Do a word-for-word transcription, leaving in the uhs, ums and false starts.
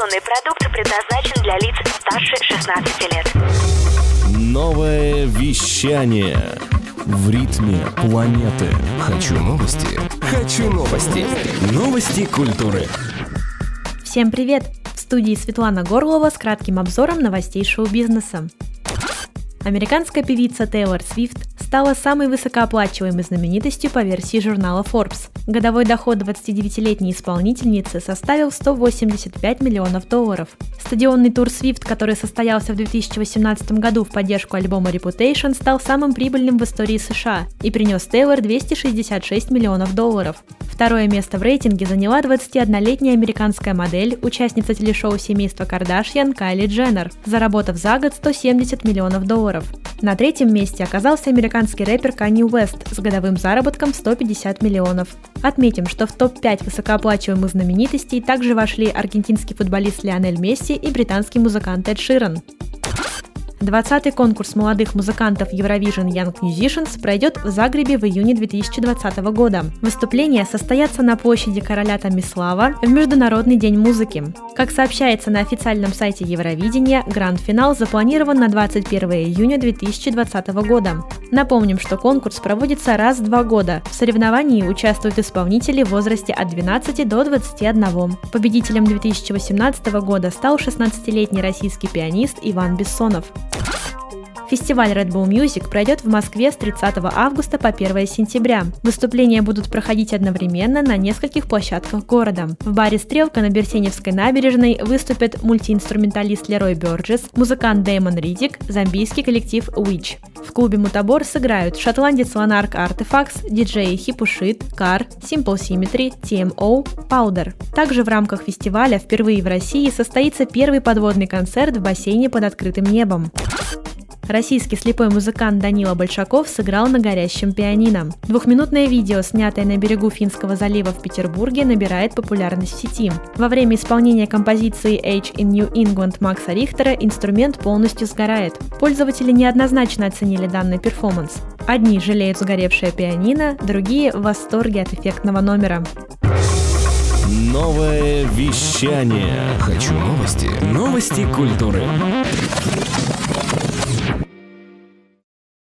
Информационный продукт предназначен для лиц старше шестнадцати лет. Новое вещание в ритме планеты. Хочу новости. Хочу новости. Новости культуры. Всем привет! В студии Светлана Горлова с кратким обзором новостей шоу-бизнеса. Американская певица Тейлор Свифт стала самой высокооплачиваемой знаменитостью по версии журнала Forbes. Годовой доход двадцатидевятилетней исполнительницы составил сто восемьдесят пять миллионов долларов. Стадионный тур Свифт, который состоялся в две тысячи восемнадцатом году в поддержку альбома Reputation, стал самым прибыльным в истории США и принес Тейлор двести шестьдесят шесть миллионов долларов. Второе место в рейтинге заняла двадцатиоднолетняя американская модель, участница телешоу семейства Кардашьян Кайли Дженнер, заработав за год сто семьдесят миллионов долларов. На третьем месте оказался американский рэпер Канье Уэст с годовым заработком сто пятьдесят миллионов. Отметим, что в топ пять высокооплачиваемых знаменитостей также вошли аргентинский футболист Лионель Месси и британский музыкант Эд Ширан. двадцатый конкурс молодых музыкантов Eurovision Young Musicians пройдет в Загребе в июне две тысячи двадцатого года. Выступления состоятся на площади Короля Томислава в Международный день музыки. Как сообщается на официальном сайте Евровидения, гранд-финал запланирован на двадцать первого июня две тысячи двадцатого года. Напомним, что конкурс проводится раз в два года. В соревновании участвуют исполнители в возрасте от двенадцати до двадцати одного. Победителем две тысячи восемнадцатого года стал шестнадцатилетний российский пианист Иван Бессонов. Фестиваль Red Bull Music пройдет в Москве с тридцатого августа по первого сентября. Выступления будут проходить одновременно на нескольких площадках города. В баре «Стрелка» на Берсеневской набережной выступят мультиинструменталист Лерой Бёрджес, музыкант Дэймон Ридик, зомбийский коллектив Witch. В клубе «Мутабор» сыграют шотландец Ланарк Артефакс, диджеи Хипушит, Кар, Simple Symmetry, ти эм о, Powder. Также в рамках фестиваля впервые в России состоится первый подводный концерт в бассейне под открытым небом. Российский слепой музыкант Данила Большаков сыграл на горящем пианино. Двухминутное видео, снятое на берегу Финского залива в Петербурге, набирает популярность в сети. Во время исполнения композиции Age in New England Макса Рихтера инструмент полностью сгорает. Пользователи неоднозначно оценили данный перформанс. Одни жалеют сгоревшее пианино, другие в восторге от эффектного номера. Новое вещание. Хочу новости. Новости культуры.